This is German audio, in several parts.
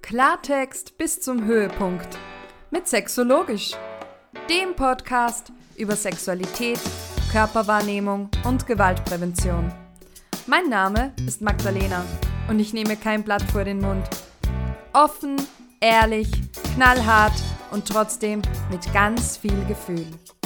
Klartext bis zum Höhepunkt mit Sexologisch, dem Podcast über Sexualität, Körperwahrnehmung und Gewaltprävention. Mein Name ist Magdalena und ich nehme kein Blatt vor den Mund. Offen, ehrlich, knallhart und trotzdem mit ganz viel Gefühl.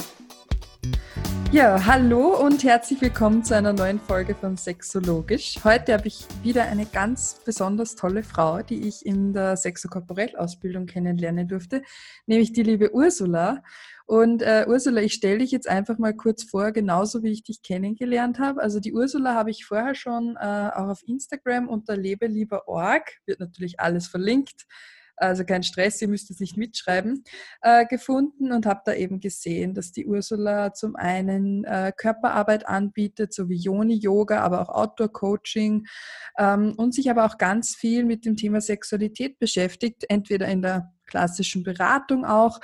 Ja, hallo und herzlich willkommen zu einer neuen Folge von Sexologisch. Heute habe ich wieder eine ganz besonders tolle Frau, die ich in der Sexokorporell-Ausbildung kennenlernen durfte, nämlich die liebe Ursula. Und Ursula, ich stelle dich jetzt einfach mal kurz vor, genauso wie ich dich kennengelernt habe. Also die Ursula habe ich vorher schon auch auf Instagram unter lebelieber.org, wird natürlich alles verlinkt, also kein Stress, ihr müsst es nicht mitschreiben, gefunden und habe da eben gesehen, dass die Ursula zum einen Körperarbeit anbietet, so wie Yoni-Yoga, aber auch Outdoor-Coaching und sich aber auch ganz viel mit dem Thema Sexualität beschäftigt, entweder in der klassischen Beratung auch.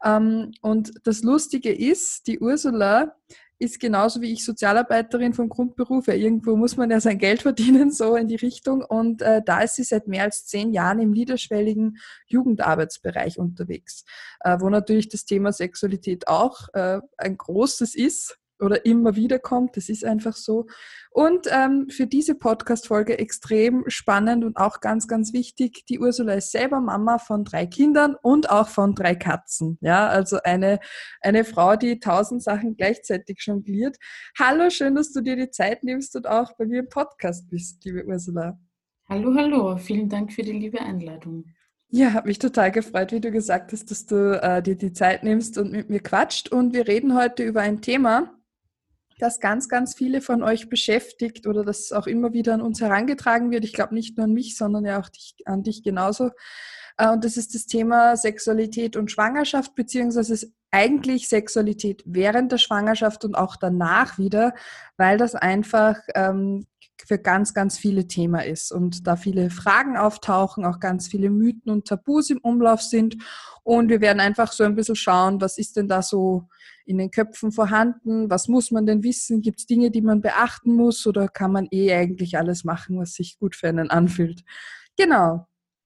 Und das Lustige ist, die Ursula ist genauso wie ich Sozialarbeiterin vom Grundberuf. Ja, irgendwo muss man ja sein Geld verdienen, so in die Richtung. Und da ist sie seit mehr als 10 Jahren im niederschwelligen Jugendarbeitsbereich unterwegs, wo natürlich das Thema Sexualität auch ein großes ist oder immer wieder kommt. Das ist einfach so. Und für diese Podcast-Folge extrem spannend und auch ganz, ganz wichtig. Die Ursula ist selber Mama von 3 Kindern und auch von 3 Katzen. Ja, also eine Frau, die 1000 Sachen gleichzeitig jongliert. Hallo, schön, dass du dir die Zeit nimmst und auch bei mir im Podcast bist, liebe Ursula. Hallo, hallo. Vielen Dank für die liebe Einladung. Ja, habe mich total gefreut, wie du gesagt hast, dass du dir die Zeit nimmst und mit mir quatscht. Und wir reden heute über ein Thema, das ganz, ganz viele von euch beschäftigt oder das auch immer wieder an uns herangetragen wird. Ich glaube nicht nur an mich, sondern ja auch an dich genauso. Und das ist das Thema Sexualität und Schwangerschaft, beziehungsweise eigentlich Sexualität während der Schwangerschaft und auch danach wieder, weil das einfach für ganz, ganz viele Thema ist und da viele Fragen auftauchen, auch ganz viele Mythen und Tabus im Umlauf sind. Und wir werden einfach so ein bisschen schauen, was ist denn da so in den Köpfen vorhanden, was muss man denn wissen, gibt es Dinge, die man beachten muss oder kann man eigentlich alles machen, was sich gut für einen anfühlt. Genau.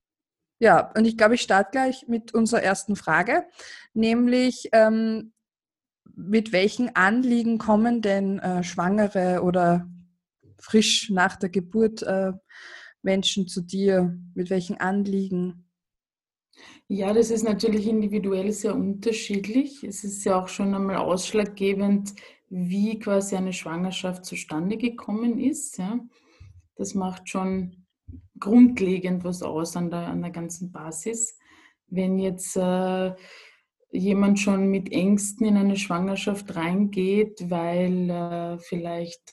Ja, und ich glaube, ich starte gleich mit unserer ersten Frage, nämlich mit welchen Anliegen kommen denn Schwangere oder frisch nach der Geburt Menschen zu dir? Mit welchen Anliegen? Ja, das ist natürlich individuell sehr unterschiedlich. Es ist ja auch schon einmal ausschlaggebend, wie quasi eine Schwangerschaft zustande gekommen ist. Ja. Das macht schon grundlegend was aus an der ganzen Basis. Wenn jetzt jemand schon mit Ängsten in eine Schwangerschaft reingeht, weil vielleicht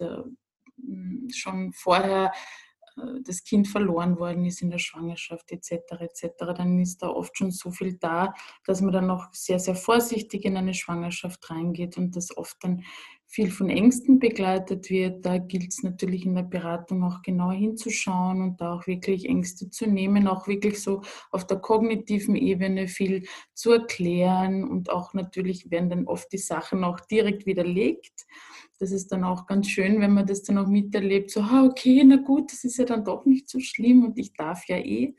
schon vorher das Kind verloren worden ist in der Schwangerschaft etc., dann ist da oft schon so viel da, dass man dann noch sehr, sehr vorsichtig in eine Schwangerschaft reingeht und das oft dann viel von Ängsten begleitet wird. Da gilt es natürlich in der Beratung auch genau hinzuschauen und da auch wirklich Ängste zu nehmen, auch wirklich so auf der kognitiven Ebene viel zu erklären und auch natürlich werden dann oft die Sachen auch direkt widerlegt. Das ist dann auch ganz schön, wenn man das dann auch miterlebt, so, okay, na gut, das ist ja dann doch nicht so schlimm und ich darf ja eh.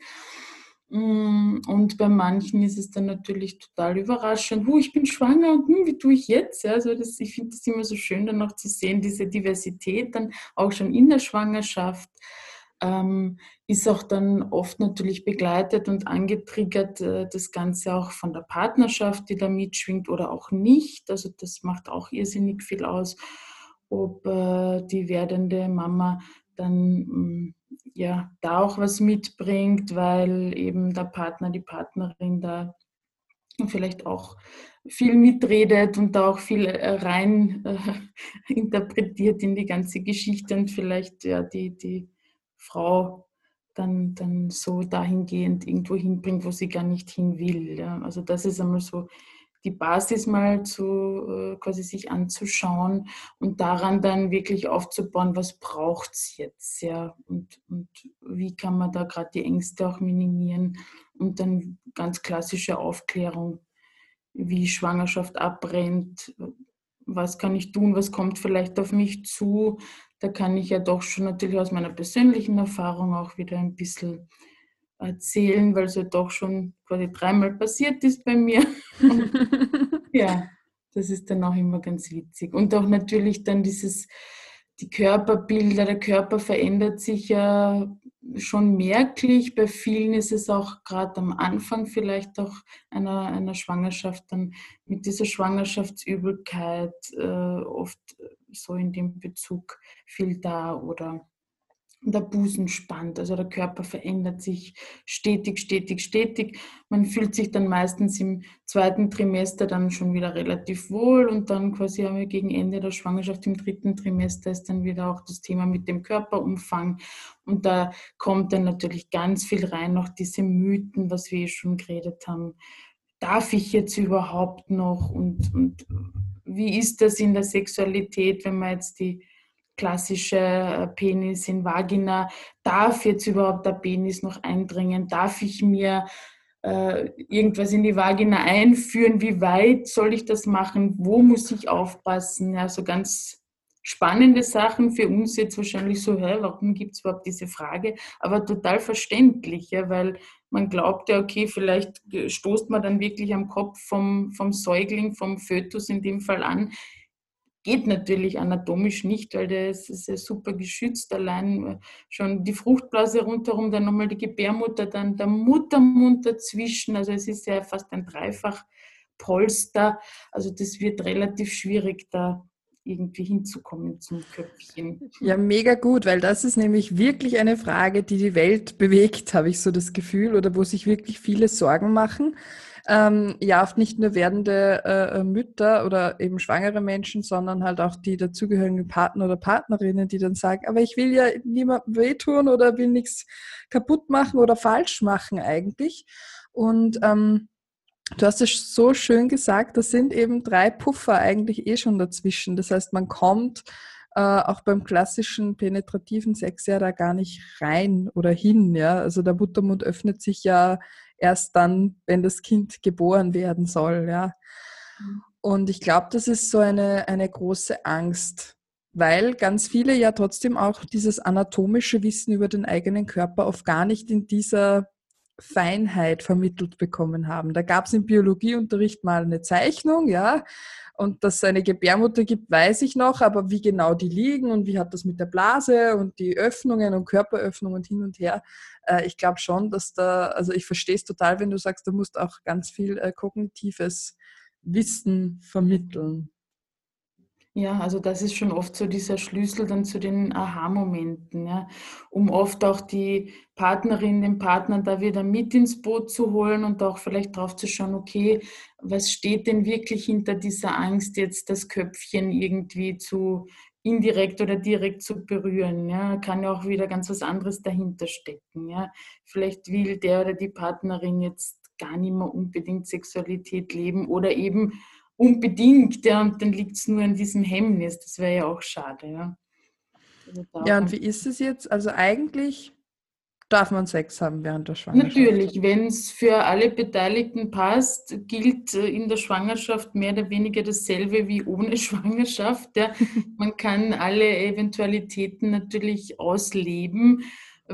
Und bei manchen ist es dann natürlich total überraschend, ich bin schwanger und wie tue ich jetzt? Ja, also ich finde das immer so schön, dann auch zu sehen, diese Diversität dann auch schon in der Schwangerschaft. Ist auch dann oft natürlich begleitet und angetriggert, das Ganze auch von der Partnerschaft, die da mitschwingt oder auch nicht. Also das macht auch irrsinnig viel aus, ob die werdende Mama dann ja da auch was mitbringt, weil eben der Partner, die Partnerin da vielleicht auch viel mitredet und da auch viel rein interpretiert in die ganze Geschichte und vielleicht ja die Frau dann so dahingehend irgendwo hinbringt, wo sie gar nicht hin will. Ja. Also das ist einmal so die Basis mal zu quasi sich anzuschauen und daran dann wirklich aufzubauen, was braucht es jetzt, ja, und wie kann man da gerade die Ängste auch minimieren und dann ganz klassische Aufklärung, wie Schwangerschaft abbrennt, was kann ich tun, was kommt vielleicht auf mich zu. Da kann ich ja doch schon natürlich aus meiner persönlichen Erfahrung auch wieder ein bisschen erzählen, weil es ja doch schon quasi 3-mal passiert ist bei mir. Und ja, das ist dann auch immer ganz witzig. Und auch natürlich dann die Körperbilder, der Körper verändert sich ja schon merklich. Bei vielen ist es auch gerade am Anfang vielleicht auch einer Schwangerschaft dann mit dieser Schwangerschaftsübelkeit oft so in dem Bezug viel da oder der Busen spannt, also der Körper verändert sich stetig, stetig, stetig. Man fühlt sich dann meistens im 2. Trimester dann schon wieder relativ wohl und dann quasi haben wir gegen Ende der Schwangerschaft im 3. Trimester ist dann wieder auch das Thema mit dem Körperumfang und da kommt dann natürlich ganz viel rein, noch diese Mythen, was wir schon geredet haben. Darf ich jetzt überhaupt noch und wie ist das in der Sexualität, wenn man jetzt die klassische Penis in Vagina, darf jetzt überhaupt der Penis noch eindringen? Darf ich mir irgendwas in die Vagina einführen? Wie weit soll ich das machen? Wo muss ich aufpassen? Ja, so ganz spannende Sachen für uns jetzt wahrscheinlich so, warum gibt es überhaupt diese Frage? Aber total verständlich, ja, weil man glaubt ja, okay, vielleicht stoßt man dann wirklich am Kopf vom Säugling, vom Fötus in dem Fall an. Geht natürlich anatomisch nicht, weil das ist ja super geschützt. Allein schon die Fruchtblase rundherum, dann nochmal die Gebärmutter, dann der Muttermund dazwischen. Also es ist ja fast ein Dreifachpolster. Also das wird relativ schwierig, da irgendwie hinzukommen zum Köpfchen. Ja, mega gut, weil das ist nämlich wirklich eine Frage, die die Welt bewegt, habe ich so das Gefühl, oder wo sich wirklich viele Sorgen machen. Ja, oft nicht nur werdende Mütter oder eben schwangere Menschen, sondern halt auch die dazugehörigen Partner oder Partnerinnen, die dann sagen, aber ich will ja niemandem wehtun oder will nichts kaputt machen oder falsch machen eigentlich. Und du hast es so schön gesagt, das sind eben 3 Puffer eigentlich eh schon dazwischen. Das heißt, man kommt auch beim klassischen penetrativen Sex ja da gar nicht rein oder hin. Ja? Also der Muttermund öffnet sich ja erst dann, wenn das Kind geboren werden soll. Ja? Und ich glaube, das ist so eine große Angst, weil ganz viele ja trotzdem auch dieses anatomische Wissen über den eigenen Körper oft gar nicht in dieser Feinheit vermittelt bekommen haben. Da gab es im Biologieunterricht mal eine Zeichnung, ja, und dass es eine Gebärmutter gibt, weiß ich noch, aber wie genau die liegen und wie hat das mit der Blase und die Öffnungen und Körperöffnungen und hin und her, ich glaube schon, dass da, also ich verstehe es total, wenn du sagst, du musst auch ganz viel kognitives Wissen vermitteln. Ja, also das ist schon oft so dieser Schlüssel dann zu den Aha-Momenten, ja, um oft auch die Partnerin, den Partner da wieder mit ins Boot zu holen und auch vielleicht drauf zu schauen, okay, was steht denn wirklich hinter dieser Angst, jetzt das Köpfchen irgendwie zu indirekt oder direkt zu berühren, ja, kann ja auch wieder ganz was anderes dahinter stecken, ja. Vielleicht will der oder die Partnerin jetzt gar nicht mehr unbedingt Sexualität leben oder eben unbedingt, ja, und dann liegt es nur an diesem Hemmnis. Das wäre ja auch schade, ja. Also da Ja, auch und wie ist es jetzt? Also eigentlich darf man Sex haben während der Schwangerschaft. natürlich, wenn es für alle Beteiligten passt, gilt in der Schwangerschaft mehr oder weniger dasselbe wie ohne Schwangerschaft. Ja. Man kann alle Eventualitäten natürlich ausleben,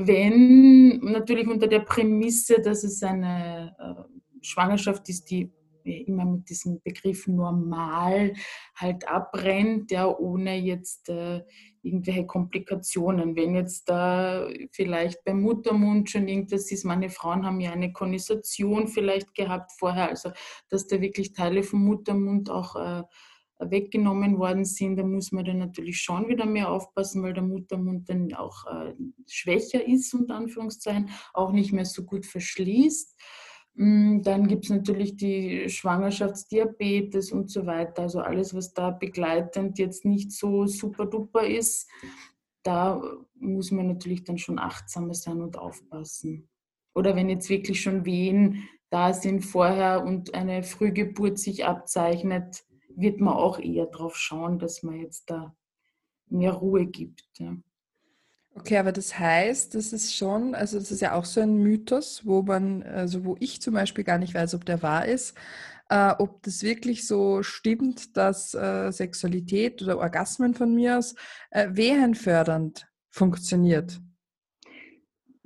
wenn natürlich unter der Prämisse, dass es eine Schwangerschaft ist, die immer mit diesem Begriff normal halt abrennt, ja, ohne jetzt irgendwelche Komplikationen. Wenn jetzt da vielleicht beim Muttermund schon irgendwas ist, manche Frauen haben ja eine Konisation vielleicht gehabt vorher, also dass da wirklich Teile vom Muttermund auch weggenommen worden sind, da muss man dann natürlich schon wieder mehr aufpassen, weil der Muttermund dann auch schwächer ist, unter Anführungszeichen, auch nicht mehr so gut verschließt. Dann gibt es natürlich die Schwangerschaftsdiabetes und so weiter. Also alles, was da begleitend jetzt nicht so super duper ist, da muss man natürlich dann schon achtsamer sein und aufpassen. Oder wenn jetzt wirklich schon Wehen da sind vorher und eine Frühgeburt sich abzeichnet, wird man auch eher darauf schauen, dass man jetzt da mehr Ruhe gibt. Ja. Okay, aber das heißt, das ist schon, also das ist ja auch so ein Mythos, wo man, also wo ich zum Beispiel gar nicht weiß, ob der wahr ist, ob das wirklich so stimmt, dass Sexualität oder Orgasmen von mir aus wehenfördernd funktioniert.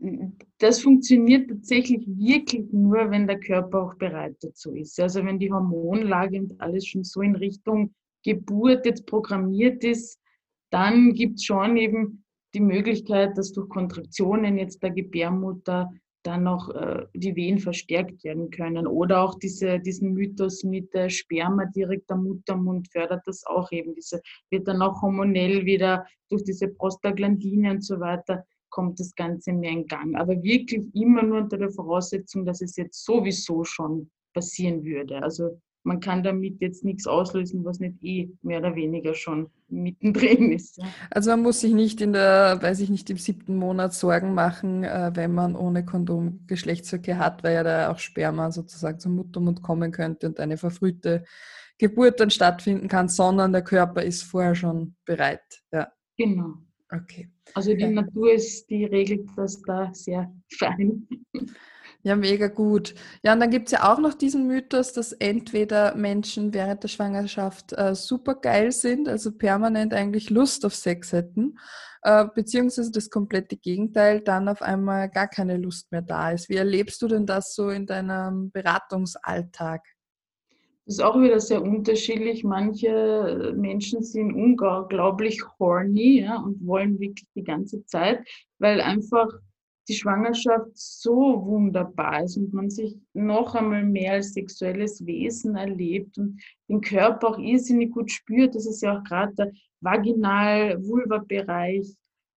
das funktioniert tatsächlich wirklich nur, wenn der Körper auch bereit dazu ist. Also wenn die Hormonlage und alles schon so in Richtung Geburt jetzt programmiert ist, dann gibt es schon eben die Möglichkeit, dass durch Kontraktionen jetzt der Gebärmutter dann noch die Wehen verstärkt werden können. Oder auch diesen Mythos mit der Sperma direkt am Muttermund fördert das auch eben. Diese wird dann auch hormonell wieder durch diese Prostaglandine und so weiter kommt das Ganze mehr in Gang. Aber wirklich immer nur unter der Voraussetzung, dass es jetzt sowieso schon passieren würde. Also man kann damit jetzt nichts auslösen, was nicht mehr oder weniger schon mittendrin ist. Ja. Also man muss sich nicht weiß ich nicht, im 7. Monat Sorgen machen, wenn man ohne Kondom Geschlechtsverkehr hat, weil ja da auch Sperma sozusagen zum Muttermund kommen könnte und eine verfrühte Geburt dann stattfinden kann, sondern der Körper ist vorher schon bereit. Ja, Genau. okay. Also die Natur die regelt das da sehr fein. Ja, mega gut. Ja, und dann gibt es ja auch noch diesen Mythos, dass entweder Menschen während der Schwangerschaft super geil sind, also permanent eigentlich Lust auf Sex hätten, beziehungsweise das komplette Gegenteil, dann auf einmal gar keine Lust mehr da ist. Wie erlebst du denn das so in deinem Beratungsalltag? Das ist auch wieder sehr unterschiedlich. Manche Menschen sind unglaublich horny, ja, und wollen wirklich die ganze Zeit, weil einfach die Schwangerschaft so wunderbar ist und man sich noch einmal mehr als sexuelles Wesen erlebt und den Körper auch irrsinnig gut spürt. Das ist ja auch gerade der Vaginal-Vulva-Bereich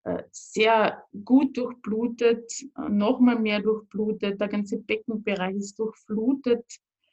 sehr gut durchblutet, noch mal mehr durchblutet. Der ganze Beckenbereich ist durchflutet.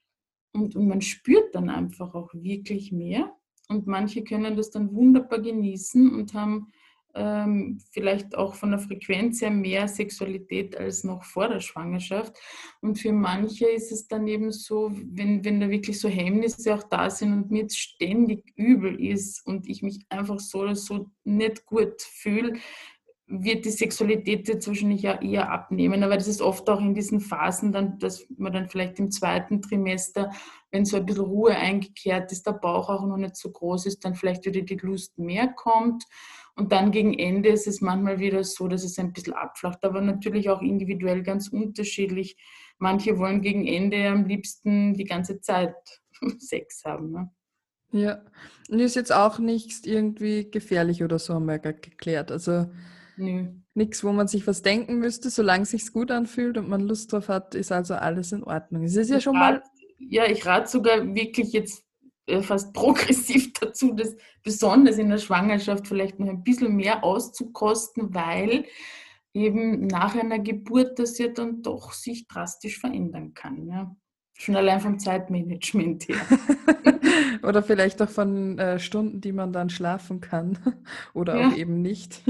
Und man spürt dann einfach auch wirklich mehr. Und manche können das dann wunderbar genießen und haben vielleicht auch von der Frequenz her mehr Sexualität als noch vor der Schwangerschaft. Und für manche ist es dann eben so, wenn da wirklich so Hemmnisse auch da sind und mir jetzt ständig übel ist und ich mich einfach so oder so nicht gut fühle, wird die Sexualität jetzt wahrscheinlich ja eher abnehmen. Aber das ist oft auch in diesen Phasen dann, dass man dann vielleicht im 2. Trimester, wenn so ein bisschen Ruhe eingekehrt ist, der Bauch auch noch nicht so groß ist, dann vielleicht wieder die Lust mehr kommt. Und dann gegen Ende ist es manchmal wieder so, dass es ein bisschen abflacht, aber natürlich auch individuell ganz unterschiedlich. Manche wollen gegen Ende am liebsten die ganze Zeit Sex haben. Ne? Ja, und ist jetzt auch nichts irgendwie gefährlich oder so, haben wir ja gerade geklärt. Also Nö. nichts, wo man sich was denken müsste, solange es sich gut anfühlt und man Lust drauf hat, ist also alles in Ordnung. Es ist ja Ich schon rate, mal, ja, ich rate sogar wirklich jetzt fast progressiv dazu, das besonders in der Schwangerschaft vielleicht noch ein bisschen mehr auszukosten, weil eben nach einer Geburt das ja dann doch sich drastisch verändern kann. Ja. Schon allein vom Zeitmanagement her. oder vielleicht auch von Stunden, die man dann schlafen kann oder auch Ja. eben nicht.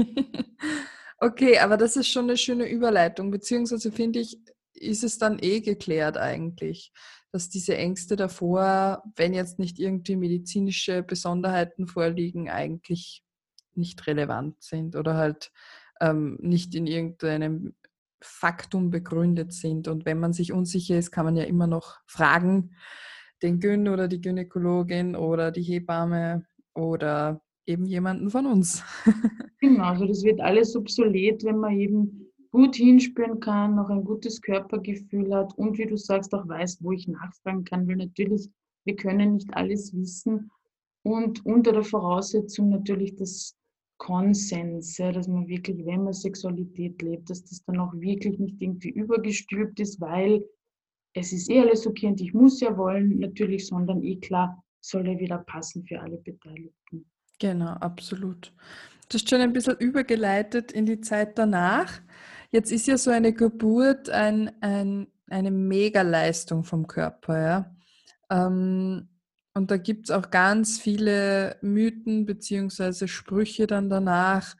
Okay, aber das ist schon eine schöne Überleitung, beziehungsweise finde ich, ist es dann eh geklärt eigentlich, dass diese Ängste davor, wenn jetzt nicht irgendwie medizinische Besonderheiten vorliegen, eigentlich nicht relevant sind oder halt nicht in irgendeinem Faktum begründet sind. Und wenn man sich unsicher ist, kann man ja immer noch fragen, den Gyn oder die Gynäkologin oder die Hebamme oder eben jemanden von uns. Genau, also das wird alles obsolet, wenn man eben gut hinspüren kann, noch ein gutes Körpergefühl hat und wie du sagst, auch weiß, wo ich nachfragen kann, weil natürlich, wir können nicht alles wissen und unter der Voraussetzung natürlich des Konsens, ja, dass man wirklich, wenn man Sexualität lebt, dass das dann auch wirklich nicht irgendwie übergestülpt ist, weil es ist eh alles okay und ich muss ja wollen, natürlich, sondern eh klar, soll ja wieder passen für alle Beteiligten. Genau, absolut. Du hast schon ein bisschen übergeleitet in die Zeit danach. Jetzt ist ja so eine Geburt eine Mega-Leistung vom Körper, ja. Und da gibt es auch ganz viele Mythen beziehungsweise Sprüche dann danach.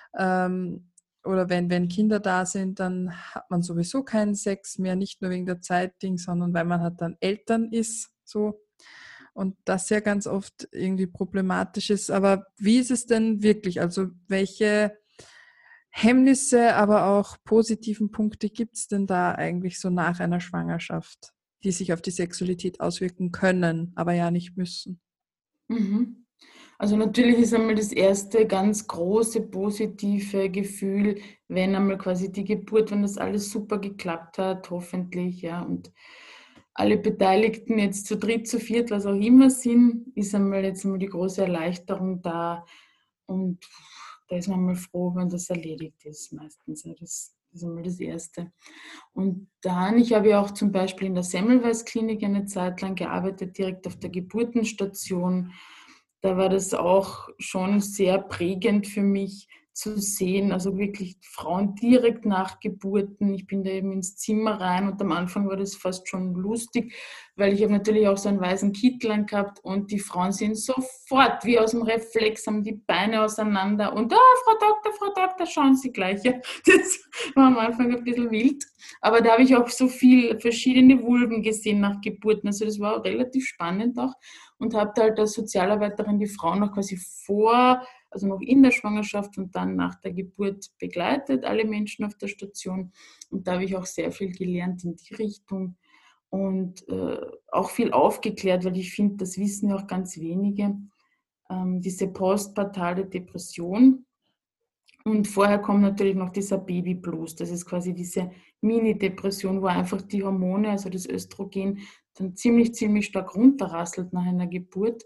Oder wenn Kinder da sind, dann hat man sowieso keinen Sex mehr, nicht nur wegen der Zeitding, sondern weil man halt dann Eltern ist, so. Und das ja ganz oft irgendwie problematisch ist. Aber wie ist es denn wirklich? Also welche Hemmnisse, aber auch positiven Punkte gibt es denn da eigentlich so nach einer Schwangerschaft, die sich auf die Sexualität auswirken können, aber ja nicht müssen? Mhm. Also natürlich ist einmal das erste ganz große positive Gefühl, wenn einmal quasi die Geburt, wenn das alles super geklappt hat, hoffentlich, ja, und alle Beteiligten jetzt zu dritt, zu viert, was auch immer sind, ist einmal jetzt einmal die große Erleichterung da und da ist man mal froh, wenn das erledigt ist meistens. Ja, das ist einmal das Erste. Und dann, ich habe ja auch zum Beispiel in der Semmelweis-Klinik eine Zeit lang gearbeitet, direkt auf der Geburtenstation. Da war das auch schon sehr prägend für mich zu sehen, also wirklich Frauen direkt nach Geburten. Ich bin da eben ins Zimmer rein und am Anfang war das fast schon lustig, weil ich habe natürlich auch so einen weißen Kittel angehabt und die Frauen sind sofort wie aus dem Reflex, haben die Beine auseinander und Frau Doktor, schauen Sie gleich. Ja, das war am Anfang ein bisschen wild, aber da habe ich auch so viel verschiedene Vulven gesehen nach Geburten, also das war relativ spannend auch und habe da halt als Sozialarbeiterin die Frauen noch quasi also noch in der Schwangerschaft und dann nach der Geburt begleitet, alle Menschen auf der Station. Und da habe ich auch sehr viel gelernt in die Richtung und auch viel aufgeklärt, weil ich finde, das wissen ja auch ganz wenige, diese postpartale Depression. Und vorher kommt natürlich noch dieser Babyblues. Das ist quasi diese Mini-Depression, wo einfach die Hormone, also das Östrogen, dann ziemlich stark runterrasselt nach einer Geburt.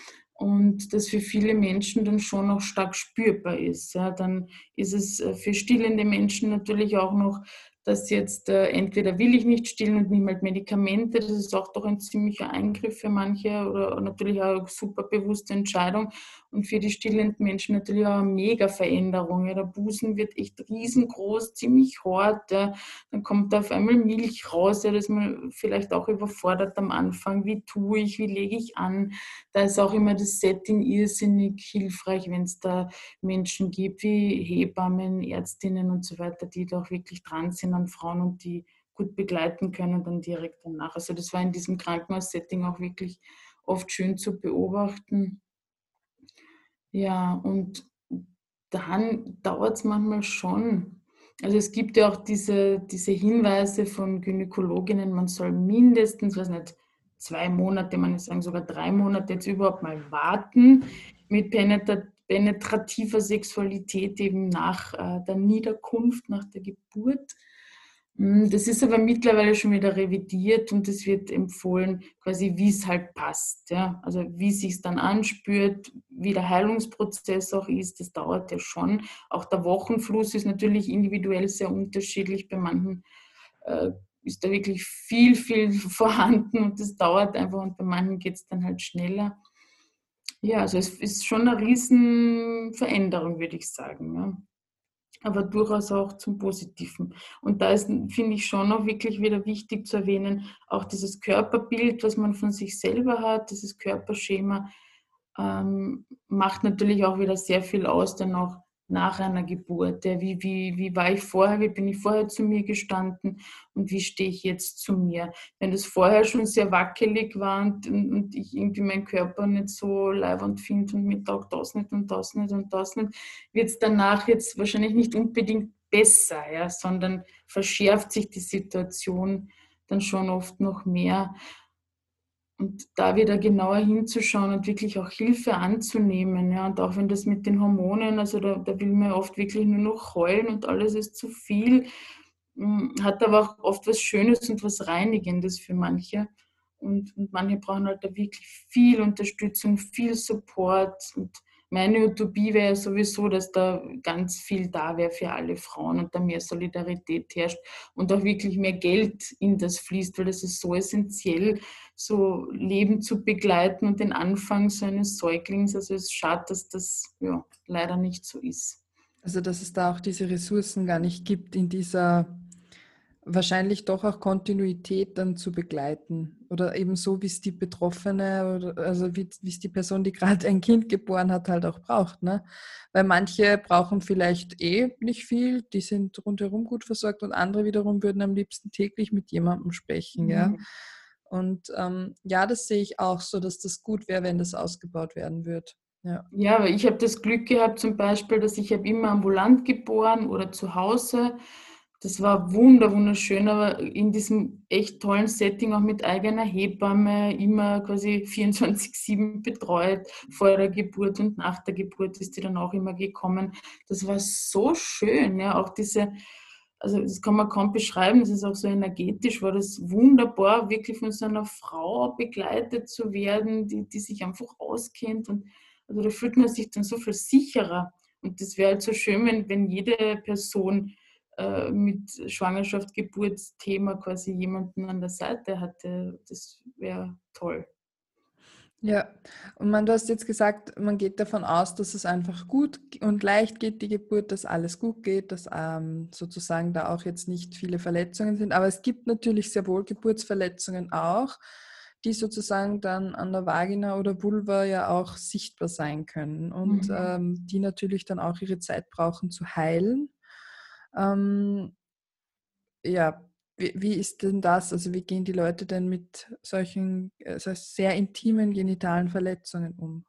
Und das für viele Menschen dann schon noch stark spürbar ist. Ja, dann ist es für stillende Menschen natürlich auch noch, dass jetzt entweder will ich nicht stillen und nehme halt Medikamente. Das ist auch doch ein ziemlicher Eingriff für manche oder natürlich auch eine super bewusste Entscheidung. Und für die stillenden Menschen natürlich auch eine Mega-Veränderung. Ja, der Busen wird echt riesengroß, ziemlich hart. Ja. Dann kommt da auf einmal Milch raus, ja, das man vielleicht auch überfordert am Anfang. Wie tue ich, wie lege ich an? Da ist auch immer das Setting irrsinnig hilfreich, wenn es da Menschen gibt wie Hebammen, Ärztinnen und so weiter, die da auch wirklich dran sind an Frauen und die gut begleiten können dann direkt danach. Also das war in diesem Krankenhaussetting auch wirklich oft schön zu beobachten. Ja, und dann dauert es manchmal schon. Also es gibt ja auch diese Hinweise von Gynäkologinnen, man soll mindestens, weiß nicht, 2 Monate, man sagen sogar 3 Monate jetzt überhaupt mal warten mit penetrativer Sexualität eben nach der Niederkunft, nach der Geburt. Das ist aber mittlerweile schon wieder revidiert und es wird empfohlen, quasi wie es halt passt. Ja? Also wie es sich dann anspürt, wie der Heilungsprozess auch ist, das dauert ja schon. Auch der Wochenfluss ist natürlich individuell sehr unterschiedlich. Bei manchen äh, ist da wirklich viel vorhanden und das dauert einfach und bei manchen geht es dann halt schneller. Ja, also es ist schon eine Riesenveränderung, würde ich sagen. Ja, aber durchaus auch zum Positiven. Und da ist, finde ich, schon auch wirklich wieder wichtig zu erwähnen, auch dieses Körperbild, was man von sich selber hat, dieses Körperschema, macht natürlich auch wieder sehr viel aus, dann auch nach einer Geburt. Ja, wie war ich vorher, wie bin ich vorher zu mir gestanden und wie stehe ich jetzt zu mir? Wenn das vorher schon sehr wackelig war und ich irgendwie meinen Körper nicht so leiwand finde und mir taugt das nicht und das nicht und das nicht, wird es danach jetzt wahrscheinlich nicht unbedingt besser, ja, sondern verschärft sich die Situation dann schon oft noch mehr. Und da wieder genauer hinzuschauen und wirklich auch Hilfe anzunehmen. Ja. Und auch wenn das mit den Hormonen, also da will man oft wirklich nur noch heulen und alles ist zu viel, hat aber auch oft was Schönes und was Reinigendes für manche. Und manche brauchen halt da wirklich viel Unterstützung, viel Support. Und meine Utopie wäre sowieso, dass da ganz viel da wäre für alle Frauen und da mehr Solidarität herrscht und auch wirklich mehr Geld in das fließt, weil das ist so essentiell, so Leben zu begleiten und den Anfang so eines Säuglings. Also es ist schade, dass das ja, leider nicht so ist. Also, dass es da auch diese Ressourcen gar nicht gibt, in dieser wahrscheinlich doch auch Kontinuität dann zu begleiten. Oder eben so, wie es die Betroffene oder also wie es die Person, die gerade ein Kind geboren hat, halt auch braucht. Ne? Weil manche brauchen vielleicht nicht viel, die sind rundherum gut versorgt und andere wiederum würden am liebsten täglich mit jemandem sprechen. Ja? Mhm. Und ja, das sehe ich auch so, dass das gut wäre, wenn das ausgebaut werden wird. Ja. Ja, aber ich habe das Glück gehabt zum Beispiel, dass ich habe immer ambulant geboren oder zu Hause. Das war wunderschön, aber in diesem echt tollen Setting auch mit eigener Hebamme, immer quasi 24/7 betreut, vor der Geburt und nach der Geburt ist die dann auch immer gekommen. Das war so schön, ja, auch diese, also das kann man kaum beschreiben, das ist auch so energetisch, war das wunderbar, wirklich von so einer Frau begleitet zu werden, die sich einfach auskennt, und also da fühlt man sich dann so viel sicherer. Und das wäre halt so schön, wenn jede Person mit Schwangerschaft, Geburtsthema quasi jemanden an der Seite hatte. Das wäre toll. Ja, und du hast jetzt gesagt, man geht davon aus, dass es einfach gut und leicht geht, die Geburt, dass alles gut geht, dass sozusagen da auch jetzt nicht viele Verletzungen sind. Aber es gibt natürlich sehr wohl Geburtsverletzungen auch, die sozusagen dann an der Vagina oder Vulva ja auch sichtbar sein können und Mhm. die natürlich dann auch ihre Zeit brauchen zu heilen. Ähm, ja, wie ist denn das? Also wie gehen die Leute denn mit solchen sehr intimen genitalen Verletzungen um?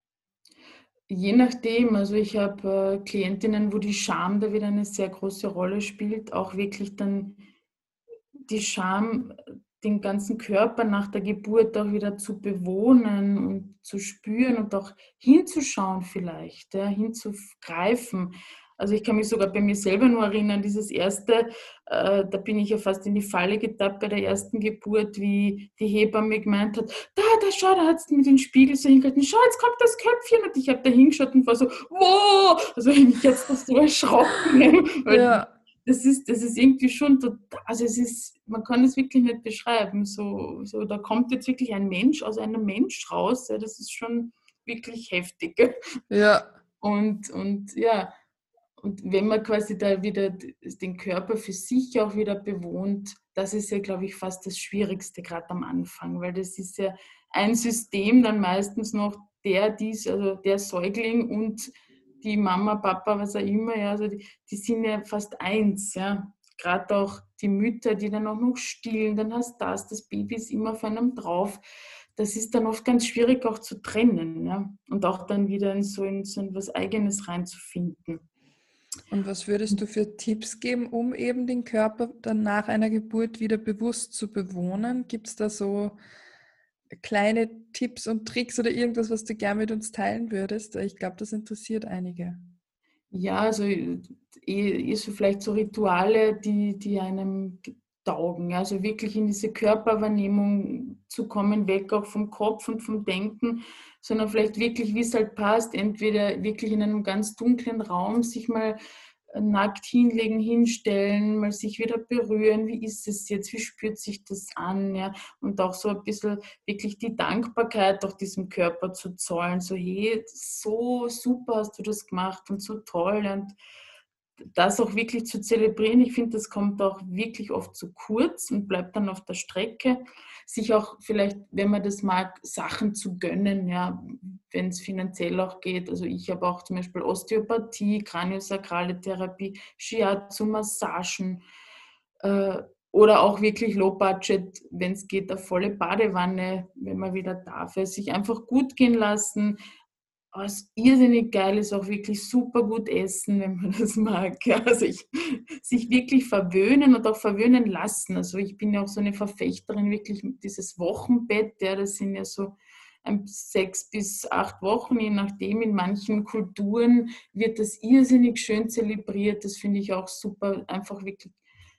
Je nachdem, also ich habe Klientinnen, wo die Scham da wieder eine sehr große Rolle spielt, auch wirklich dann die Scham, den ganzen Körper nach der Geburt auch wieder zu bewohnen und zu spüren und auch hinzuschauen vielleicht, ja, hinzugreifen. Also ich kann mich sogar bei mir selber nur erinnern, dieses erste, da bin ich ja fast in die Falle getappt bei der ersten Geburt, wie die Hebamme gemeint hat, da, schau, da hat sie mit dem Spiegel so hingehalten, schau, jetzt kommt das Köpfchen, und ich habe da hingeschaut und war so, wow, also mich jetzt das so erschrocken, weil Ja, das ist irgendwie schon total, also es ist, man kann es wirklich nicht beschreiben. So, da kommt jetzt wirklich ein Mensch aus einem Mensch raus, ja, das ist schon wirklich heftig. ja. Und ja, und wenn man quasi da wieder den Körper für sich auch wieder bewohnt, das ist ja, glaube ich, fast das Schwierigste, gerade am Anfang, weil das ist ja ein System dann meistens noch, also der Säugling und die Mama, Papa, was auch immer, ja, also die sind ja fast eins, ja. Gerade auch die Mütter, die dann auch noch stillen, dann hast das Baby ist immer auf einem drauf. Das ist dann oft ganz schwierig auch zu trennen, ja. Und auch dann wieder in so was Eigenes reinzufinden. Und was würdest du für Tipps geben, um eben den Körper dann nach einer Geburt wieder bewusst zu bewohnen? Gibt es da so kleine Tipps und Tricks oder irgendwas, was du gern mit uns teilen würdest? Ich glaube, das interessiert einige. Ja, also so vielleicht so Rituale, die einem taugen. Ja, also wirklich in diese Körperwahrnehmung zu kommen, weg auch vom Kopf und vom Denken, sondern vielleicht wirklich, wie es halt passt, entweder wirklich in einem ganz dunklen Raum sich mal nackt hinlegen, hinstellen, mal sich wieder berühren. Wie ist es jetzt? Wie spürt sich das an? Ja? Und auch so ein bisschen wirklich die Dankbarkeit auch diesem Körper zu zollen. So, hey, so super hast du das gemacht und so toll. Und das auch wirklich zu zelebrieren, ich finde, das kommt auch wirklich oft zu kurz und bleibt dann auf der Strecke. Sich auch vielleicht, wenn man das mag, Sachen zu gönnen, ja, wenn es finanziell auch geht. Also ich habe auch zum Beispiel Osteopathie, Kraniosakrale Therapie, Shiatsu, Massagen, oder auch wirklich Low Budget, wenn es geht, eine volle Badewanne, wenn man wieder darf. Ja, sich einfach gut gehen lassen, was irrsinnig geil ist, auch wirklich super gut essen, wenn man das mag. Ja, also sich wirklich verwöhnen und auch verwöhnen lassen. Also ich bin ja auch so eine Verfechterin, wirklich dieses Wochenbett, ja, das sind ja so 6 bis 8 Wochen, je nachdem. In manchen Kulturen wird das irrsinnig schön zelebriert. Das finde ich auch super. Einfach wirklich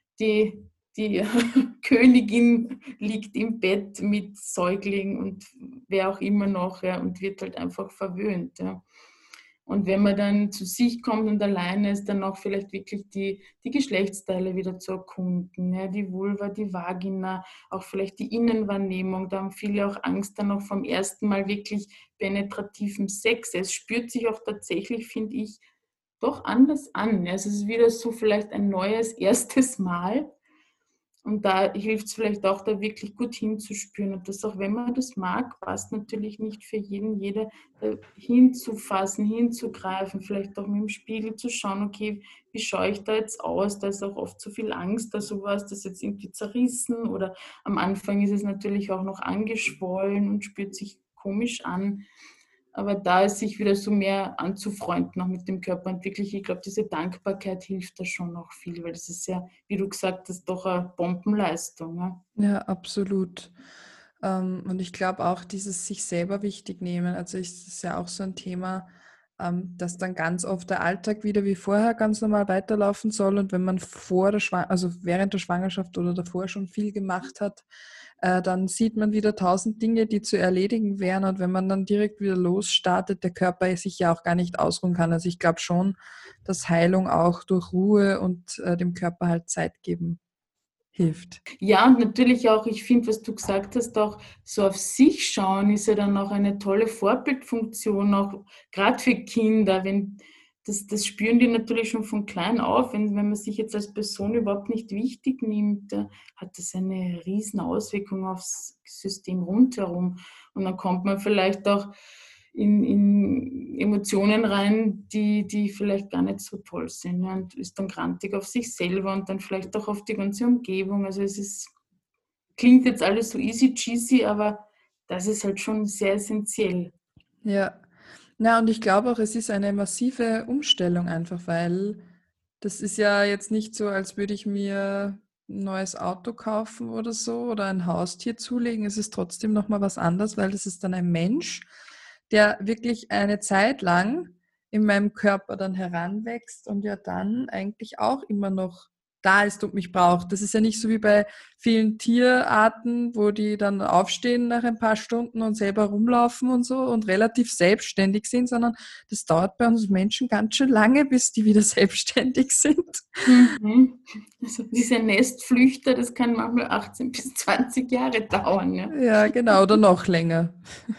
die Königin liegt im Bett mit Säugling und wer auch immer noch, ja, und wird halt einfach verwöhnt. Ja. Und wenn man dann zu sich kommt und alleine ist, dann auch vielleicht wirklich die Geschlechtsteile wieder zu erkunden, ja, die Vulva, die Vagina, auch vielleicht die Innenwahrnehmung. Da haben viele auch Angst dann auch vom ersten Mal wirklich penetrativen Sex. Es spürt sich auch tatsächlich, finde ich, doch anders an. Ja. Also es ist wieder so vielleicht ein neues erstes Mal. Und da hilft es vielleicht auch, da wirklich gut hinzuspüren. Und das auch, wenn man das mag, passt natürlich nicht für jeden, jede, hinzufassen, hinzugreifen, vielleicht auch mit dem Spiegel zu schauen, okay, wie schaue ich da jetzt aus? Da ist auch oft so viel Angst, da sowas, das ist jetzt irgendwie zerrissen oder am Anfang ist es natürlich auch noch angeschwollen und spürt sich komisch an. Aber da ist sich wieder so mehr anzufreunden, auch mit dem Körper. Und wirklich, ich glaube, diese Dankbarkeit hilft da schon auch viel, weil das ist ja, wie du gesagt hast, doch eine Bombenleistung. Ja. Ja, absolut. Und ich glaube auch dieses sich selber wichtig nehmen, also ist ja auch so ein Thema, dass dann ganz oft der Alltag wieder wie vorher ganz normal weiterlaufen soll und wenn man also während der Schwangerschaft oder davor schon viel gemacht hat, dann sieht man wieder 1000 Dinge, die zu erledigen wären und wenn man dann direkt wieder losstartet, der Körper sich ja auch gar nicht ausruhen kann. Also ich glaube schon, dass Heilung auch durch Ruhe und dem Körper halt Zeit geben hilft. Ja, und natürlich auch, ich finde, was du gesagt hast, auch so auf sich schauen ist ja dann auch eine tolle Vorbildfunktion, auch gerade für Kinder, wenn das spüren die natürlich schon von klein auf, wenn man sich jetzt als Person überhaupt nicht wichtig nimmt, hat das eine riesen Auswirkung aufs System rundherum. Und dann kommt man vielleicht auch in Emotionen rein, die vielleicht gar nicht so toll sind, ja, und ist dann grantig auf sich selber und dann vielleicht auch auf die ganze Umgebung. Also klingt jetzt alles so easy cheesy, aber das ist halt schon sehr essentiell. Ja. Na, und ich glaube auch, es ist eine massive Umstellung einfach, weil das ist ja jetzt nicht so, als würde ich mir ein neues Auto kaufen oder so oder ein Haustier zulegen. Es ist trotzdem nochmal was anderes, weil das ist dann ein Mensch, der wirklich eine Zeit lang in meinem Körper dann heranwächst und ja dann eigentlich auch immer noch da ist und mich braucht. Das ist ja nicht so wie bei vielen Tierarten, wo die dann aufstehen nach ein paar Stunden und selber rumlaufen und so und relativ selbstständig sind, sondern das dauert bei uns Menschen ganz schön lange, bis die wieder selbstständig sind. Mhm. Also diese Nestflüchter, das kann manchmal 18 bis 20 Jahre dauern. Ja, Ja, genau, oder noch länger.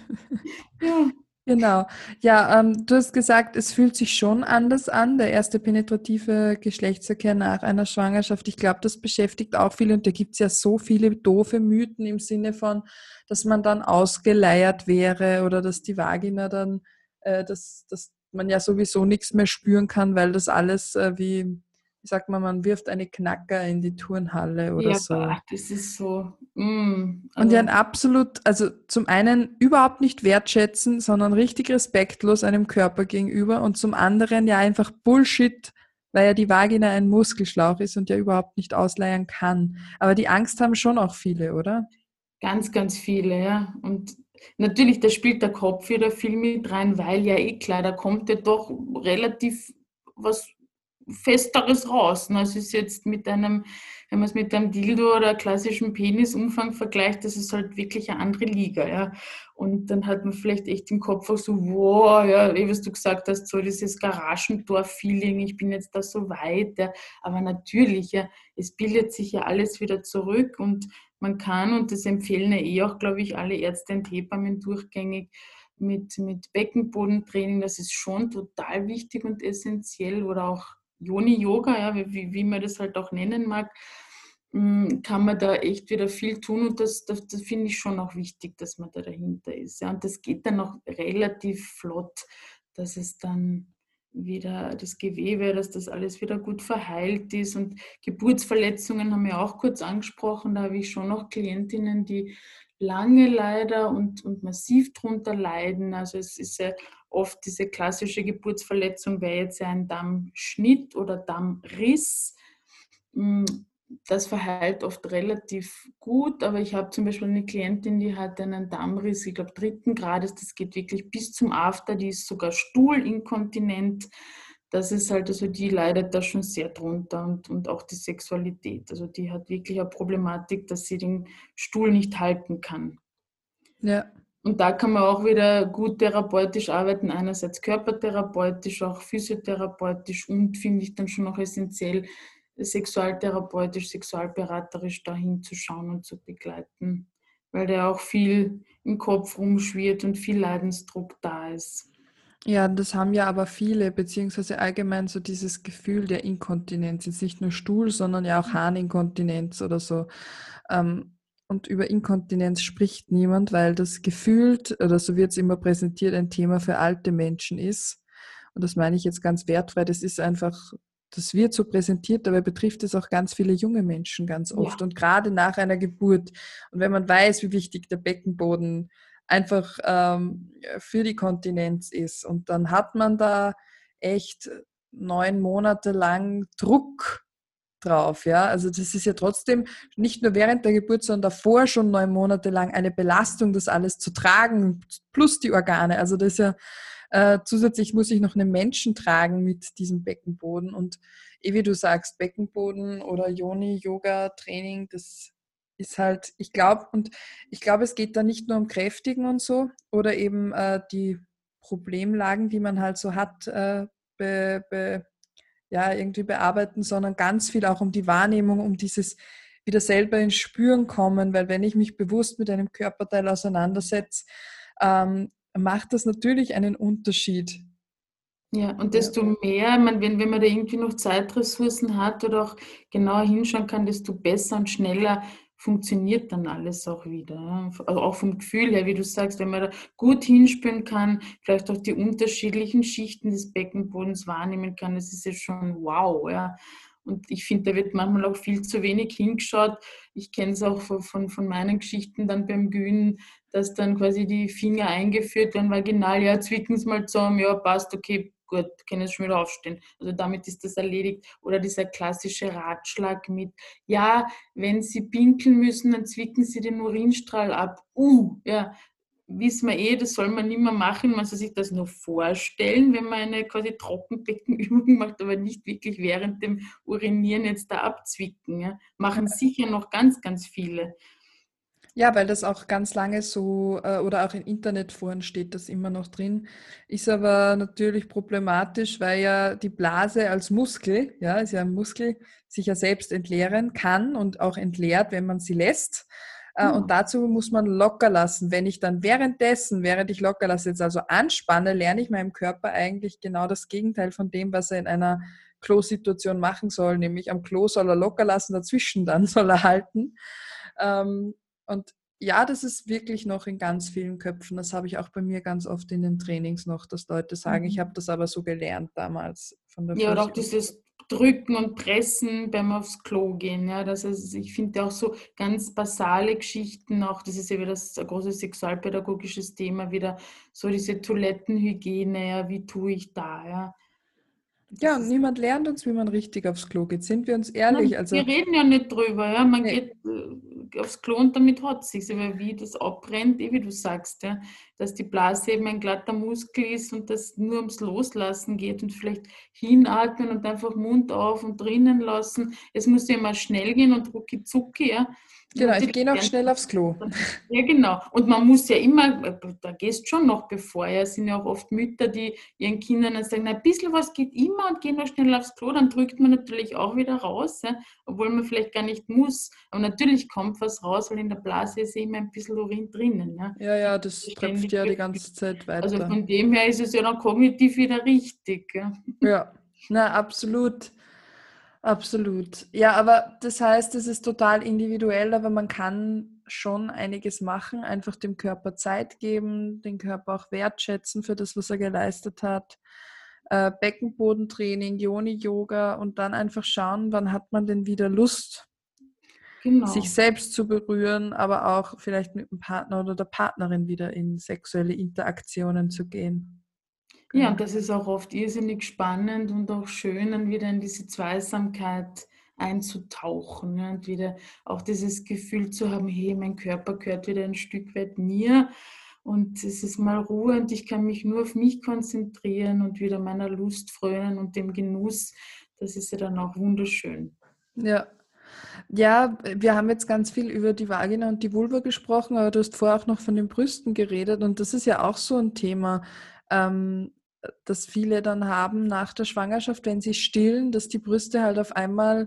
ja. Genau. Ja, du hast gesagt, es fühlt sich schon anders an, der erste penetrative Geschlechtsverkehr nach einer Schwangerschaft. Ich glaube, das beschäftigt auch viele und da gibt's ja so viele doofe Mythen im Sinne von, dass man dann ausgeleiert wäre oder dass die Vagina dann, dass man ja sowieso nichts mehr spüren kann, weil das alles wie sagt man wirft eine Knacker in die Turnhalle oder Ja, so. das ist so, Und ja, also ein absolut, also zum einen überhaupt nicht wertschätzen, sondern richtig respektlos einem Körper gegenüber und zum anderen ja einfach Bullshit, weil ja die Vagina ein Muskelschlauch ist und ja überhaupt nicht ausleiern kann. Aber die Angst haben schon auch viele, oder? ganz, ganz viele, ja. Und natürlich, da spielt der Kopf wieder viel mit rein, weil ja eh klar, da kommt ja doch relativ was Festeres raus. Ne? Es ist jetzt wenn man es mit einem Dildo oder klassischen Penisumfang vergleicht, das ist halt wirklich eine andere Liga, ja. Und dann hat man vielleicht echt im Kopf auch so, wow, ja, wie was du gesagt hast, so dieses Garagendorf-Feeling, ich bin jetzt da so weit, ja. Aber natürlich, ja, es bildet sich ja alles wieder zurück und man kann, und das empfehlen ja eh auch, glaube ich, alle Ärzte und Hebammen durchgängig, mit Beckenbodentraining, das ist schon total wichtig und essentiell, oder auch Yoni-Yoga, ja, wie man das halt auch nennen mag, kann man da echt wieder viel tun und das finde ich schon auch wichtig, dass man da dahinter ist. Ja. Und das geht dann auch relativ flott, dass es dann wieder das Gewebe, dass das alles wieder gut verheilt ist. Und Geburtsverletzungen haben wir auch kurz angesprochen. Da habe ich schon noch Klientinnen, die lange leider und massiv drunter leiden. Also es ist ja oft diese klassische Geburtsverletzung, wäre jetzt ja ein Dammschnitt oder Dammriss. Mm, Das verheilt oft relativ gut, aber ich habe zum Beispiel eine Klientin, die hat einen Dammriss, ich glaube 3. Grades, das geht wirklich bis zum After, die ist sogar stuhlinkontinent. Das ist halt, also die leidet da schon sehr drunter und auch die Sexualität. Also die hat wirklich eine Problematik, dass sie den Stuhl nicht halten kann. Ja. Und da kann man auch wieder gut therapeutisch arbeiten, einerseits körpertherapeutisch, auch physiotherapeutisch und finde ich dann schon auch essentiell, sexualtherapeutisch, sexualberaterisch da hinzuschauen und zu begleiten, weil da auch viel im Kopf rumschwirrt und viel Leidensdruck da ist. Ja, das haben ja aber viele, beziehungsweise allgemein so dieses Gefühl der Inkontinenz, jetzt nicht nur Stuhl, sondern ja auch Harninkontinenz oder so. Und über Inkontinenz spricht niemand, weil das gefühlt, oder so wird es immer präsentiert, ein Thema für alte Menschen ist. Und das meine ich jetzt ganz wertfrei. Das ist einfach, das wird so präsentiert, dabei betrifft es auch ganz viele junge Menschen ganz oft Ja, und gerade nach einer Geburt. Und wenn man weiß, wie wichtig der Beckenboden einfach für die Kontinenz ist. Und dann hat man da echt 9 Monate lang Druck drauf, ja. Also das ist ja trotzdem nicht nur während der Geburt, sondern davor schon 9 Monate lang eine Belastung, das alles zu tragen, plus die Organe. Also das ist ja zusätzlich muss ich noch einen Menschen tragen mit diesem Beckenboden. Und wie du sagst, Beckenboden oder Yoni-Yoga-Training, das ist halt, ich glaube, es geht da nicht nur um Kräftigen und so oder eben die Problemlagen, die man halt so hat, be, be, ja, irgendwie bearbeiten, sondern ganz viel auch um die Wahrnehmung, um dieses wieder selber ins Spüren kommen, weil wenn ich mich bewusst mit einem Körperteil auseinandersetze, macht das natürlich einen Unterschied. Ja, und Ja. desto mehr, wenn man da irgendwie noch Zeitressourcen hat oder auch genauer hinschauen kann, desto besser und schneller funktioniert dann alles auch wieder. Ja. Also auch vom Gefühl her, wie du sagst, wenn man da gut hinspüren kann, vielleicht auch die unterschiedlichen Schichten des Beckenbodens wahrnehmen kann, das ist ja schon wow. Ja. Und ich finde, da wird manchmal auch viel zu wenig hingeschaut. Ich kenne es auch von meinen Geschichten dann beim Gyn, dass dann quasi die Finger eingeführt werden, vaginal, ja, zwicken Sie mal zusammen, ja, passt, okay, gut, können Sie schon wieder aufstehen. Also damit ist das erledigt. Oder dieser klassische Ratschlag mit, ja, wenn Sie pinkeln müssen, dann zwicken Sie den Urinstrahl ab. Ja, wissen wir eh, das soll man nicht mehr machen. Man soll sich das nur vorstellen, wenn man eine quasi Trockenbeckenübung macht, aber nicht wirklich während dem Urinieren jetzt da abzwicken. Ja. Machen sicher noch ganz, ganz viele. Ja, weil das auch ganz lange so, oder auch in Internetforen steht das immer noch drin, ist aber natürlich problematisch, weil ja die Blase als Muskel, ja, ist ja ein Muskel, sich ja selbst entleeren kann und auch entleert, wenn man sie lässt. Und Ja. dazu muss man locker lassen. Wenn ich dann währenddessen, während ich locker lasse, jetzt also anspanne, lerne ich meinem Körper eigentlich genau das Gegenteil von dem, was er in einer Klo-Situation machen soll, nämlich am Klo soll er locker lassen, dazwischen dann soll er halten. Und ja, das ist wirklich noch in ganz vielen Köpfen. Das habe ich auch bei mir ganz oft in den Trainings noch, dass Leute sagen, ich habe Mhm. das aber so gelernt damals von der Ja, oder auch Physio. dieses Drücken und Pressen beim aufs Klo gehen. Ja, das ist, ich finde auch so ganz basale Geschichten, auch das ist ja wieder das große sexualpädagogisches Thema, wieder so diese Toilettenhygiene, ja, wie tue ich da, ja. Ja, Das und ist, niemand lernt uns, wie man richtig aufs Klo geht. Sind wir uns nein, ehrlich? Also, wir reden ja nicht drüber, ja. Man nee, geht aufs Klo und damit hat sich's. Aber wie das abbrennt, wie du sagst, ja, dass die Blase eben ein glatter Muskel ist und das nur ums Loslassen geht und vielleicht hinatmen und einfach Mund auf und drinnen lassen. Es muss ja immer schnell gehen und rucki zucki, ja. genau, ich Natürlich gehe noch lernt schnell aufs Klo. ja, genau. Und man muss ja immer, da gehst schon noch bevor. Ja, es sind ja auch oft Mütter, die ihren Kindern dann sagen, na, ein bisschen was geht immer und gehen noch schnell aufs Klo. Dann drückt man natürlich auch wieder raus, ja, obwohl man vielleicht gar nicht muss. Aber natürlich kommt was raus, weil in der Blase ist ja immer ein bisschen Urin drinnen. Ja. Ja, ja, das tröpft Ständig ja die befüllt. ganze Zeit Also weiter. von dem her ist es ja dann kognitiv wieder richtig. Ja. Ja, na, absolut. Absolut. Ja, aber das heißt, es ist total individuell, aber man kann schon einiges machen, einfach dem Körper Zeit geben, den Körper auch wertschätzen für das, was er geleistet hat. Beckenbodentraining, Yoni-Yoga und dann einfach schauen, wann hat man denn wieder Lust, sich Genau. selbst zu berühren, aber auch vielleicht mit dem Partner oder der Partnerin wieder in sexuelle Interaktionen zu gehen. Ja, Genau. und das ist auch oft irrsinnig spannend und auch schön, dann wieder in diese Zweisamkeit einzutauchen, ja, und wieder auch dieses Gefühl zu haben, hey, mein Körper gehört wieder ein Stück weit mir und es ist mal Ruhe und ich kann mich nur auf mich konzentrieren und wieder meiner Lust frönen und dem Genuss. Das ist ja dann auch wunderschön. Ja. Ja, wir haben jetzt ganz viel über die Vagina und die Vulva gesprochen, aber du hast vorher auch noch von den Brüsten geredet und das ist ja auch so ein Thema, ähm, das viele dann haben nach der Schwangerschaft, wenn sie stillen, dass die Brüste halt auf einmal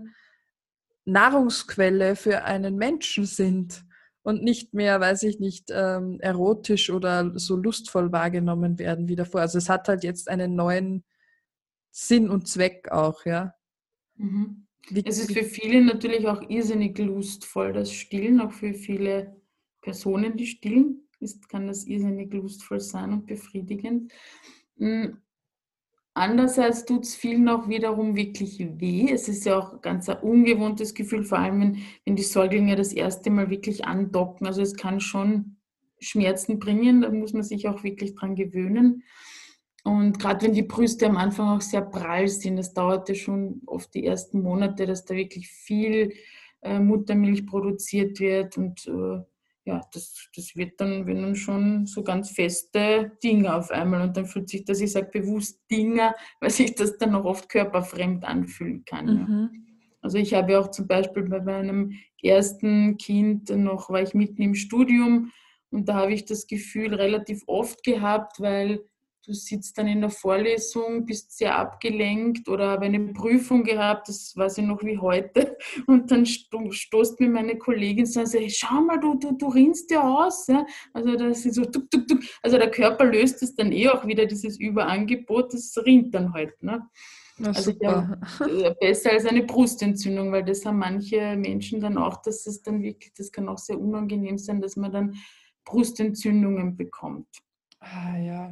Nahrungsquelle für einen Menschen sind und nicht mehr, weiß ich nicht, erotisch oder so lustvoll wahrgenommen werden wie davor. Also es hat halt jetzt einen neuen Sinn und Zweck auch, ja. Mhm. Wie, Es ist wie, für viele natürlich auch irrsinnig lustvoll, das Stillen, auch für viele Personen, die stillen, kann das irrsinnig lustvoll sein und befriedigend. Mm, Andererseits tut es vielen auch wiederum wirklich weh. Es ist ja auch ganz ein ungewohntes Gefühl, vor allem wenn die Säuglinge das erste Mal wirklich andocken. Also es kann schon Schmerzen bringen. Da muss man sich auch wirklich dran gewöhnen. Und gerade wenn die Brüste am Anfang auch sehr prall sind, das dauerte schon oft die ersten Monate, dass da wirklich viel Muttermilch produziert wird. Und ja, das wird dann, wenn dann schon so ganz feste Dinger auf einmal. Und dann fühlt sich das, ich sage bewusst Dinger, weil sich das dann auch oft körperfremd anfühlen kann. Ja. Mhm. Also ich habe ja auch zum Beispiel bei meinem ersten Kind noch, war ich mitten im Studium und da habe ich das Gefühl relativ oft gehabt, weil du sitzt dann in der Vorlesung, bist sehr abgelenkt oder habe eine Prüfung gehabt, das weiß ich noch wie heute, und dann stoßt mir meine Kollegin und sagt, hey, schau mal, du rinnst ja aus. Ja? Also das ist so tuk, tuk, tuk. Also der Körper löst es dann eh auch wieder, dieses Überangebot, das rinnt dann halt. Ne? Na Also ja, super. besser als eine Brustentzündung, weil das haben manche Menschen dann auch, dass es dann wirklich, das kann auch sehr unangenehm sein, dass man dann Brustentzündungen bekommt. Ah, ja.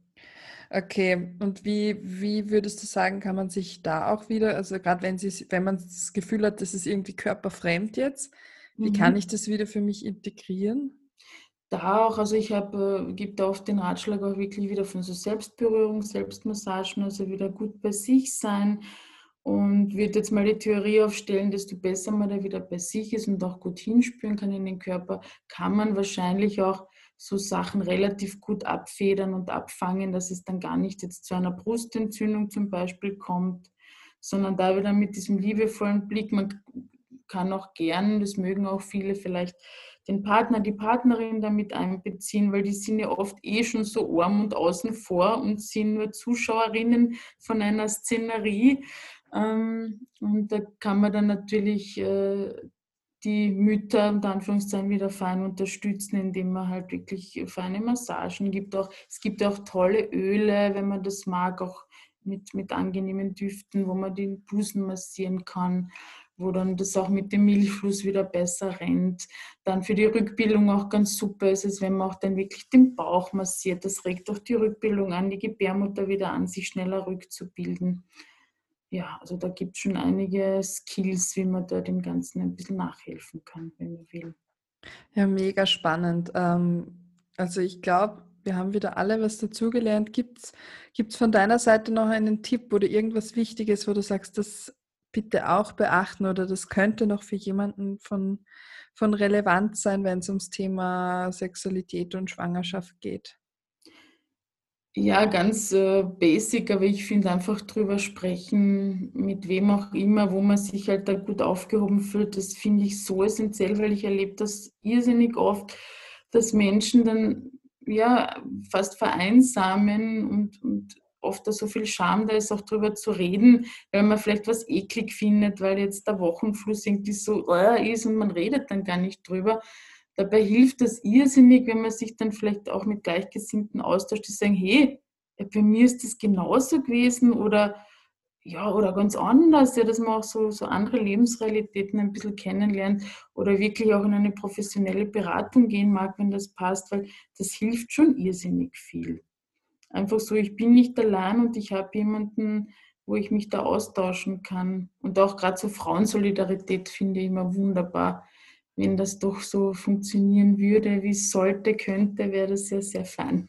Okay, und wie würdest du sagen, kann man sich da auch wieder, also gerade wenn man das Gefühl hat, das ist irgendwie körperfremd jetzt, wie kann Mhm. ich das wieder für mich integrieren? Da auch, also ich gebe da oft den Ratschlag auch wirklich wieder von so Selbstberührung, Selbstmassagen, also wieder gut bei sich sein und würde jetzt mal die Theorie aufstellen, desto besser man da wieder bei sich ist und auch gut hinspüren kann in den Körper, kann man wahrscheinlich auch so Sachen relativ gut abfedern und abfangen, dass es dann gar nicht jetzt zu einer Brustentzündung zum Beispiel kommt, sondern da wieder mit diesem liebevollen Blick, man kann auch gern, das mögen auch viele vielleicht, den Partner, die Partnerin damit einbeziehen, weil die sind ja oft eh schon so arm und außen vor und sind nur Zuschauerinnen von einer Szenerie. Und da kann man dann natürlich die Mütter unter Anführungszeichen wieder fein unterstützen, indem man halt wirklich feine Massagen gibt. Auch, es gibt ja auch tolle Öle, wenn man das mag, auch mit angenehmen Düften, wo man den Busen massieren kann, wo dann das auch mit dem Milchfluss wieder besser rennt. Dann für die Rückbildung auch ganz super ist es, wenn man auch dann wirklich den Bauch massiert. Das regt auch die Rückbildung an, die Gebärmutter wieder an, sich schneller rückzubilden. Ja, also da gibt es schon einige Skills, wie man da dem Ganzen ein bisschen nachhelfen kann, wenn man will. Ja, mega spannend. Also ich glaube, wir haben wieder alle was dazugelernt. Gibt's von deiner Seite noch einen Tipp oder irgendwas Wichtiges, wo du sagst, das bitte auch beachten oder das könnte noch für jemanden von Relevanz sein, wenn es ums Thema Sexualität und Schwangerschaft geht? Ja, ganz basic, aber ich finde einfach drüber sprechen, mit wem auch immer, wo man sich halt da gut aufgehoben fühlt, das finde ich so essentiell, weil ich erlebe das irrsinnig oft, dass Menschen dann ja fast vereinsamen und oft da so viel Scham da ist, auch drüber zu reden, weil man vielleicht was eklig findet, weil jetzt der Wochenfluss irgendwie so ist und man redet dann gar nicht drüber. Dabei hilft das irrsinnig, wenn man sich dann vielleicht auch mit Gleichgesinnten austauscht, die sagen, hey, bei mir ist das genauso gewesen oder ja, oder ganz anders, ja, dass man auch so andere Lebensrealitäten ein bisschen kennenlernt oder wirklich auch in eine professionelle Beratung gehen mag, wenn das passt, weil das hilft schon irrsinnig viel. Einfach so, ich bin nicht allein und ich habe jemanden, wo ich mich da austauschen kann. Und auch gerade so Frauensolidarität finde ich immer wunderbar. Wenn das doch so funktionieren würde, wie es sollte, könnte, wäre das sehr, sehr fein.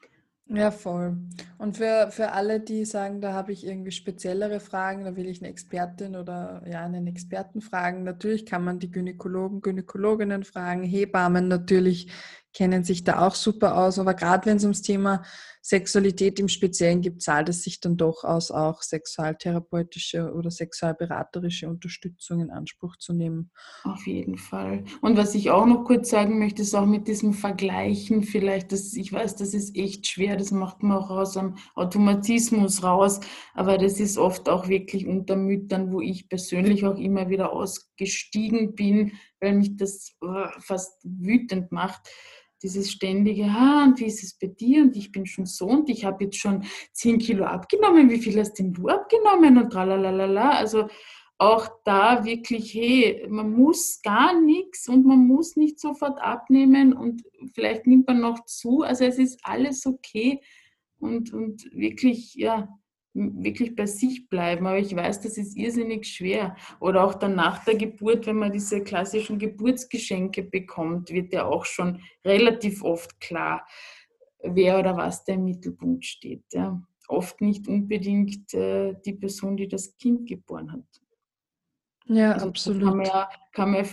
Ja, voll. Und für alle, die sagen, da habe ich irgendwie speziellere Fragen, da will ich eine Expertin oder ja, einen Experten fragen. Natürlich kann man die Gynäkologen, Gynäkologinnen fragen, Hebammen natürlich kennen sich da auch super aus. Aber gerade wenn es ums Thema Sexualität im Speziellen geht, zahlt es sich dann doch aus, auch sexualtherapeutische oder sexualberaterische Unterstützung in Anspruch zu nehmen. Auf jeden Fall. Und was ich auch noch kurz sagen möchte, ist auch mit diesem Vergleichen vielleicht, ich weiß, das ist echt schwer, das macht man auch aus einem Automatismus raus, aber das ist oft auch wirklich unter Müttern, wo ich persönlich auch immer wieder ausgestiegen bin, weil mich das fast wütend macht. Dieses ständige, und wie ist es bei dir? Und ich bin schon so und ich habe jetzt schon 10 Kilo abgenommen. Wie viel hast denn du abgenommen? Und tralalala. Also auch da wirklich, hey, man muss gar nichts und man muss nicht sofort abnehmen und vielleicht nimmt man noch zu. Also es ist alles okay und wirklich, ja, wirklich bei sich bleiben. Aber ich weiß, das ist irrsinnig schwer. Oder auch dann nach der Geburt, wenn man diese klassischen Geburtsgeschenke bekommt, wird ja auch schon relativ oft klar, wer oder was da im Mittelpunkt steht. Ja. Oft nicht unbedingt die Person, die das Kind geboren hat. Ja, Also da absolut. kann man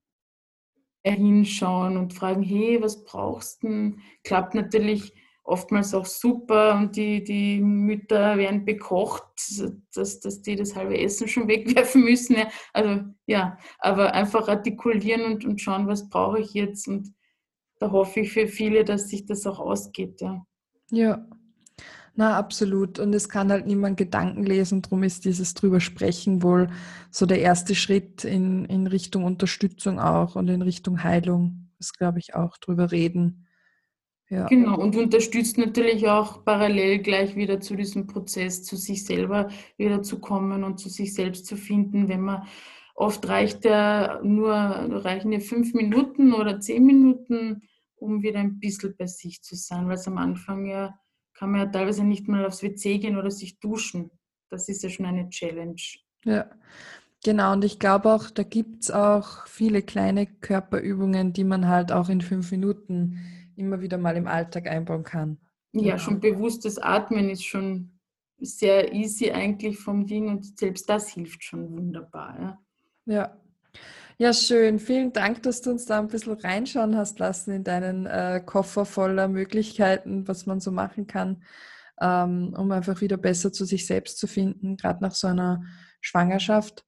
hinschauen und fragen, hey, was brauchst du denn? Klappt natürlich oftmals auch super und die Mütter werden bekocht, dass die das halbe Essen schon wegwerfen müssen. Ja. Also ja, aber einfach artikulieren und schauen, was brauche ich jetzt, und da hoffe ich für viele, dass sich das auch ausgeht. Ja. Ja. Na, absolut. Und es kann halt niemand Gedanken lesen, darum ist dieses drüber sprechen wohl so der erste Schritt in Richtung Unterstützung auch und in Richtung Heilung. Das glaube ich auch, drüber reden. Ja, Genau, und unterstützt natürlich auch parallel gleich wieder zu diesem Prozess, zu sich selber wieder zu kommen und zu sich selbst zu finden. Wenn man oft reichen ja 5 Minuten oder 10 Minuten, um wieder ein bisschen bei sich zu sein, weil es am Anfang ja kann man ja teilweise nicht mal aufs WC gehen oder sich duschen. Das ist ja schon eine Challenge. ja. Genau. Und ich glaube auch, da gibt's auch viele kleine Körperübungen, die man halt auch in 5 Minuten immer wieder mal im Alltag einbauen kann. Ja, Ja, schon bewusstes Atmen ist schon sehr easy eigentlich vom Ding, und selbst das hilft schon wunderbar. Ja. ja. Ja, schön. Vielen Dank, dass du uns da ein bisschen reinschauen hast lassen in deinen Koffer voller Möglichkeiten, was man so machen kann, um einfach wieder besser zu sich selbst zu finden, gerade nach so einer Schwangerschaft.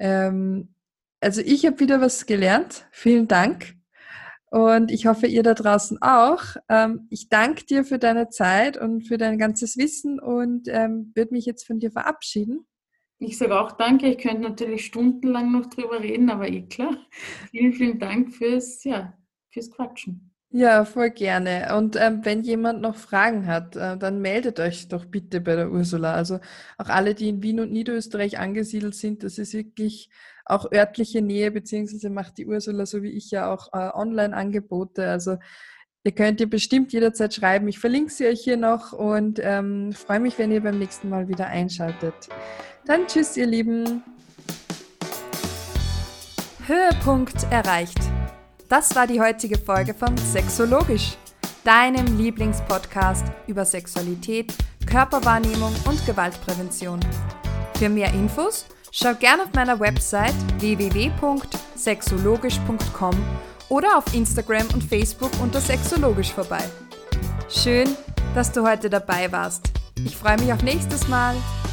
Also ich habe wieder was gelernt. Vielen Dank. Und ich hoffe, ihr da draußen auch. Ich danke dir für deine Zeit und für dein ganzes Wissen und würde mich jetzt von dir verabschieden. Ich sage auch danke. Ich könnte natürlich stundenlang noch drüber reden, aber klar. Vielen, vielen Dank fürs Quatschen. Ja, voll gerne. Und wenn jemand noch Fragen hat, dann meldet euch doch bitte bei der Ursula. Also auch alle, die in Wien und Niederösterreich angesiedelt sind, das ist wirklich auch örtliche Nähe, beziehungsweise macht die Ursula, so wie ich ja auch Online-Angebote. Also ihr könnt ihr bestimmt jederzeit schreiben. Ich verlinke sie euch hier noch und freue mich, wenn ihr beim nächsten Mal wieder einschaltet. Dann tschüss, ihr Lieben. Höhepunkt erreicht. Das war die heutige Folge von Sexologisch, deinem Lieblingspodcast über Sexualität, Körperwahrnehmung und Gewaltprävention. Für mehr Infos schau gerne auf meiner Website www.sexologisch.com oder auf Instagram und Facebook unter Sexologisch vorbei. Schön, dass du heute dabei warst. Ich freue mich auf nächstes Mal.